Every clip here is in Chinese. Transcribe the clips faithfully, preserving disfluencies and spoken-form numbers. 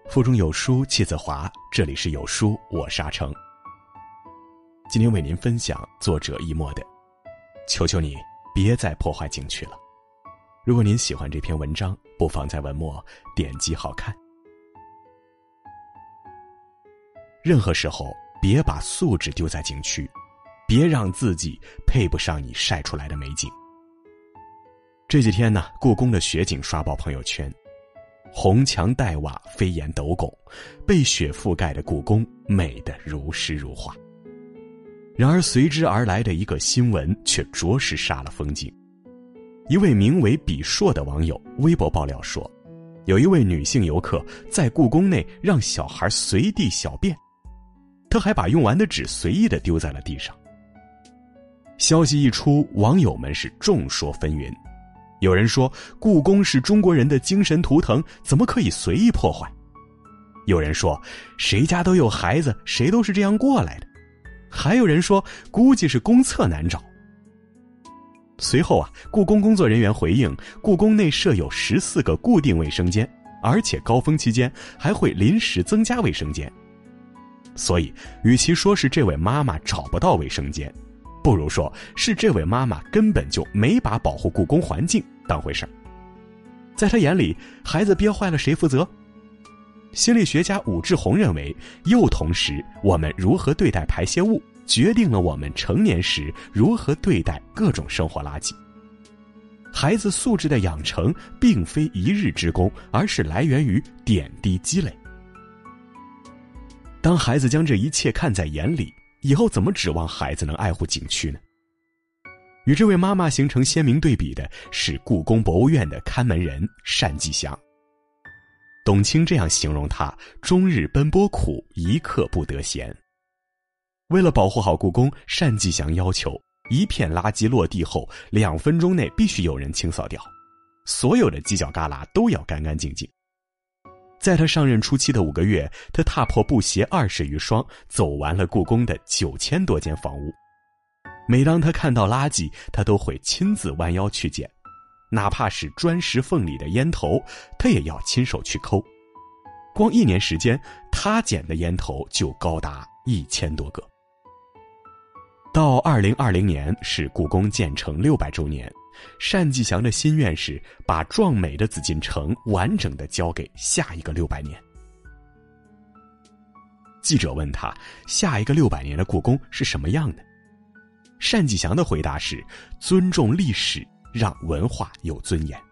腹中有书气自华，这里是有书，我是阿成。今天为您分享作者一墨的求求你别再破坏景区了。如果您喜欢这篇文章，不妨在文末点击好看。任何时候别把素质丢在景区，别让自己配不上你晒出来的美景。这几天呢，故宫的雪景刷爆朋友圈，红墙黛瓦，飞檐斗拱，被雪覆盖的故宫美得如诗如画。然而随之而来的一个新闻却着实杀了风景。一位名为比硕的网友微博爆料说，有一位女性游客在故宫内让小孩随地小便，她还把用完的纸随意地丢在了地上。消息一出，网友们是众说纷纭。有人说故宫是中国人的精神图腾，怎么可以随意破坏？有人说谁家都有孩子，谁都是这样过来的。还有人说估计是公厕难找。随后啊，故宫工作人员回应，故宫内设有十四个固定卫生间，而且高峰期间还会临时增加卫生间。所以与其说是这位妈妈找不到卫生间，不如说是这位妈妈根本就没把保护故宫环境当回事儿。在她眼里，孩子憋坏了谁负责？心理学家武志红认为，幼童时我们如何对待排泄物，决定了我们成年时如何对待各种生活垃圾。孩子素质的养成并非一日之功，而是来源于点滴积累。当孩子将这一切看在眼里，以后怎么指望孩子能爱护景区呢？与这位妈妈形成鲜明对比的是故宫博物院的看门人单霁翔。董卿这样形容他：终日奔波苦，一刻不得闲。为了保护好故宫，单霁翔要求一片垃圾落地后两分钟内必须有人清扫掉，所有的犄角旮旯都要干干净净。在他上任初期的五个月，他踏破布鞋二十余双，走完了故宫的九千多间房屋。每当他看到垃圾，他都会亲自弯腰去捡，哪怕是砖石缝里的烟头，他也要亲手去抠。光一年时间，他捡的烟头就高达一千多个。到二零二零年是故宫建成六百周年，单霁翔的心愿是把壮美的紫禁城完整地交给下一个六百年。记者问他，下一个六百年的故宫是什么样的？单霁翔的回答是：尊重历史，让文化有尊严。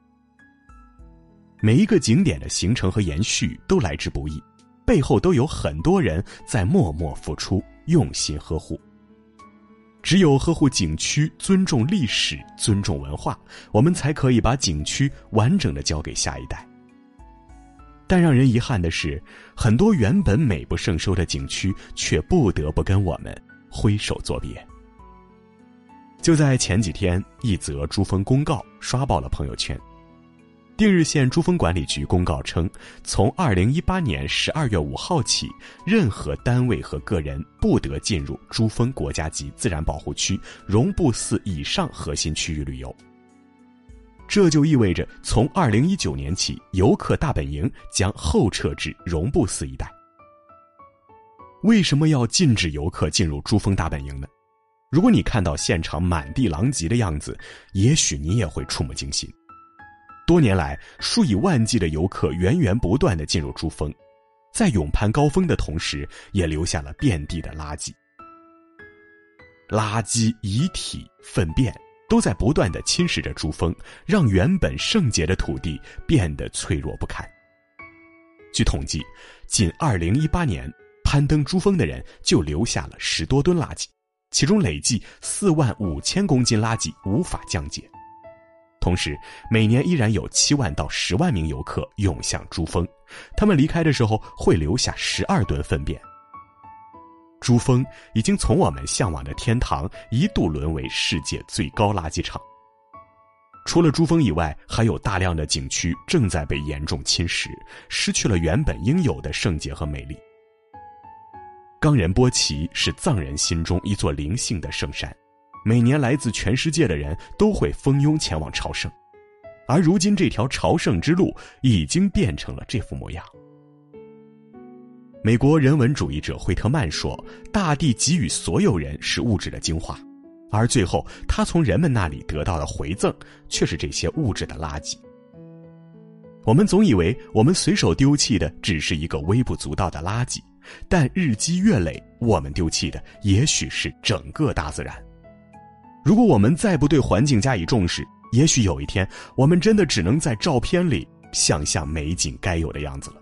每一个景点的形成和延续都来之不易，背后都有很多人在默默付出，用心呵护。只有呵护景区，尊重历史，尊重文化，我们才可以把景区完整地交给下一代。但让人遗憾的是，很多原本美不胜收的景区却不得不跟我们挥手作别。就在前几天，一则珠峰公告刷爆了朋友圈。定日县珠峰管理局公告称，从二零一八年十二月五号起，任何单位和个人不得进入珠峰国家级自然保护区绒布寺以上核心区域旅游。这就意味着从二零一九年起，游客大本营将后撤至绒布寺一带。为什么要禁止游客进入珠峰大本营呢？如果你看到现场满地狼藉的样子，也许你也会触目惊心。多年来，数以万计的游客源源不断地进入珠峰，在勇攀高峰的同时，也留下了遍地的垃圾。垃圾、遗体、粪便都在不断地侵蚀着珠峰，让原本圣洁的土地变得脆弱不堪。据统计，仅二零一八年攀登珠峰的人就留下了十多吨垃圾，其中累计四万五千公斤垃圾无法降解。同时，每年依然有七万到十万名游客涌向珠峰，他们离开的时候会留下十二吨粪便。珠峰已经从我们向往的天堂一度沦为世界最高垃圾场。除了珠峰以外，还有大量的景区正在被严重侵蚀，失去了原本应有的圣洁和美丽。冈仁波齐是藏人心中一座灵性的圣山，每年来自全世界的人都会蜂拥前往朝圣，而如今这条朝圣之路已经变成了这副模样。 美国人文主义者惠特曼说，大地给予所有人是物质的精华，而最后他从人们那里得到的回赠却是这些物质的垃圾。我们总以为我们随手丢弃的只是一个微不足道的垃圾，但日积月累，我们丢弃的也许是整个大自然。如果我们再不对环境加以重视，也许有一天我们真的只能在照片里想象美景该有的样子了。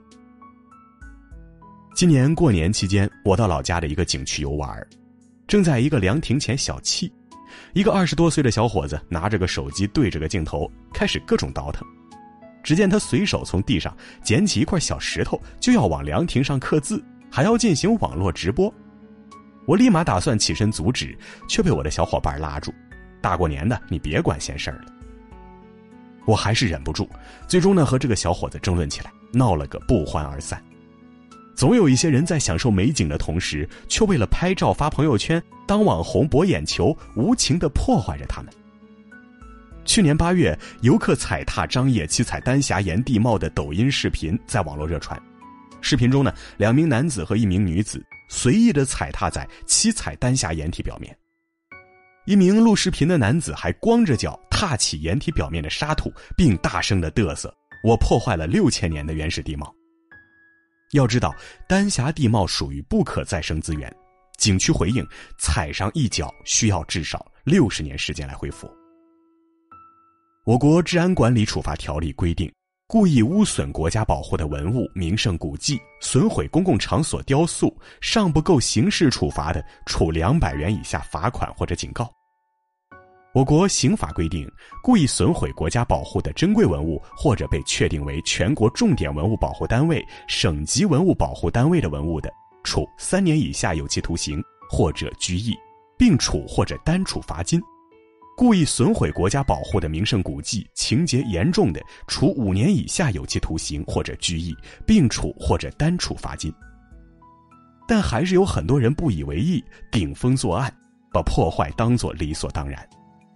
今年过年期间，我到老家的一个景区游玩，正在一个凉亭前小憩，一个二十多岁的小伙子拿着个手机对着个镜头，开始各种倒腾。只见他随手从地上捡起一块小石头，就要往凉亭上刻字，还要进行网络直播。我立马打算起身阻止，却被我的小伙伴拉住。大过年的，你别管闲事儿了。我还是忍不住，最终呢和这个小伙子争论起来，闹了个不欢而散。总有一些人在享受美景的同时，却为了拍照发朋友圈、当网红博眼球，无情地破坏着他们。去年八月，游客踩踏张掖七彩丹霞岩地貌的抖音视频在网络热传。视频中呢，两名男子和一名女子随意地踩踏在七彩丹霞岩体表面。一名录视频的男子还光着脚踏起岩体表面的沙土，并大声地嘚瑟：“我破坏了六千年的原始地貌。”要知道，丹霞地貌属于不可再生资源，景区回应，踩上一脚需要至少六十年时间来恢复。我国治安管理处罚条例规定，故意污损国家保护的文物、名胜古迹，损毁公共场所雕塑，尚不够刑事处罚的，处两百元以下罚款或者警告。我国刑法规定，故意损毁国家保护的珍贵文物或者被确定为全国重点文物保护单位、省级文物保护单位的文物的，处三年以下有期徒刑或者拘役，并处或者单处罚金。故意损毁国家保护的名胜古迹，情节严重的，处五年以下有期徒刑或者拘役，并处或者单处罚金。但还是有很多人不以为意，顶风作案，把破坏当作理所当然。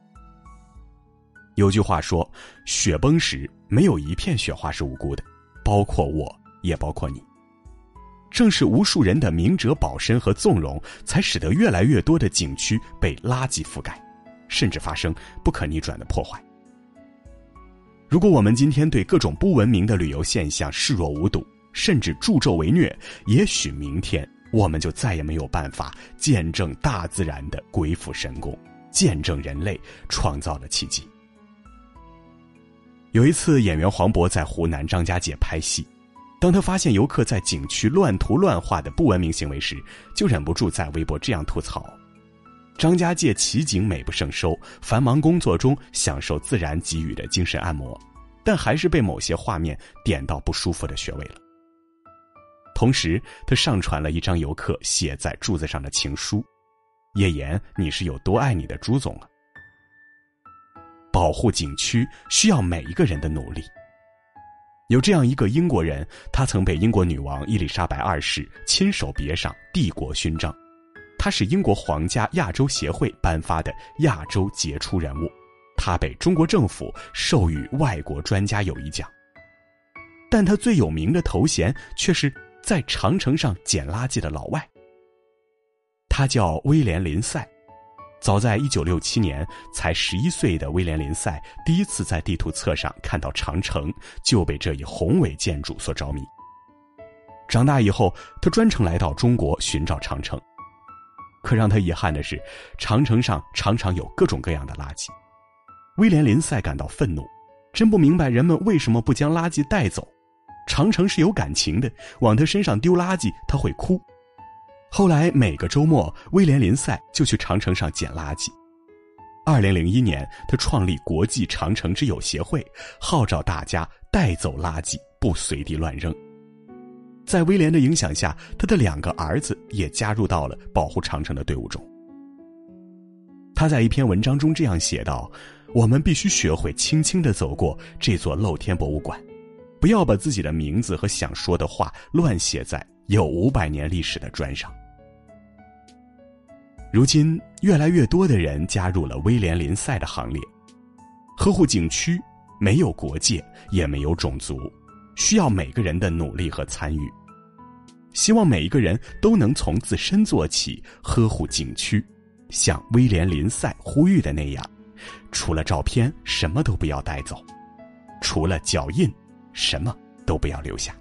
有句话说，雪崩时没有一片雪花是无辜的，包括我，也包括你。正是无数人的明哲保身和纵容，才使得越来越多的景区被垃圾覆盖，甚至发生不可逆转的破坏。如果我们今天对各种不文明的旅游现象视若无睹，甚至助纣为虐，也许明天我们就再也没有办法见证大自然的鬼斧神工，见证人类创造的奇迹。有一次，演员黄渤在湖南张家界拍戏，当他发现游客在景区乱涂乱画的不文明行为时，就忍不住在微博这样吐槽：张家界奇景美不胜收，繁忙工作中享受自然给予的精神按摩，但还是被某些画面点到不舒服的穴位了。同时，他上传了一张游客写在柱子上的情书：叶岩，你是有多爱你的朱总啊？保护景区需要每一个人的努力。有这样一个英国人，他曾被英国女王伊丽莎白二世亲手别上帝国勋章，他是英国皇家亚洲协会颁发的亚洲杰出人物，他被中国政府授予外国专家友谊奖。但他最有名的头衔却是在长城上捡垃圾的老外。他叫威廉林赛。早在一九六七年，才十一岁的威廉林赛第一次在地图册上看到长城，就被这一宏伟建筑所着迷。长大以后，他专程来到中国寻找长城。可让他遗憾的是，长城上常常有各种各样的垃圾。威廉林赛感到愤怒，真不明白人们为什么不将垃圾带走。长城是有感情的，往他身上丢垃圾，他会哭。后来每个周末，威廉林赛就去长城上捡垃圾。二零零一年，他创立国际长城之友协会，号召大家带走垃圾，不随地乱扔。在威廉的影响下，他的两个儿子也加入到了保护长城的队伍中。他在一篇文章中这样写道：我们必须学会轻轻地走过这座露天博物馆，不要把自己的名字和想说的话乱写在有五百年历史的砖上。如今，越来越多的人加入了威廉林赛的行列。呵护景区没有国界，也没有种族，需要每个人的努力和参与。 希望每一个人都能从自身做起，呵护景区，像威廉林赛呼吁的那样，除了照片什么都不要带走，除了脚印什么都不要留下。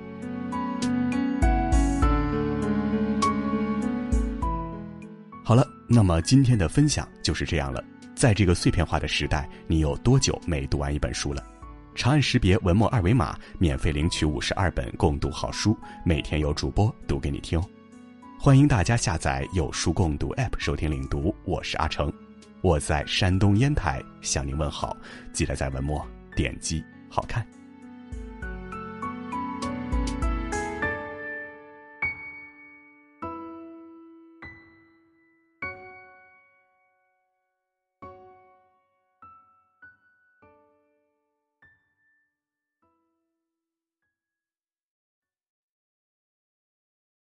好了，那么今天的分享就是这样了。在这个碎片化的时代，你有多久没读完一本书了？长按识别文末二维码，免费领取五十二本共读好书，每天有主播读给你听哦。欢迎大家下载有书共读 App 收听领读，我是阿成，我在山东烟台向您问好，记得在文末点击好看。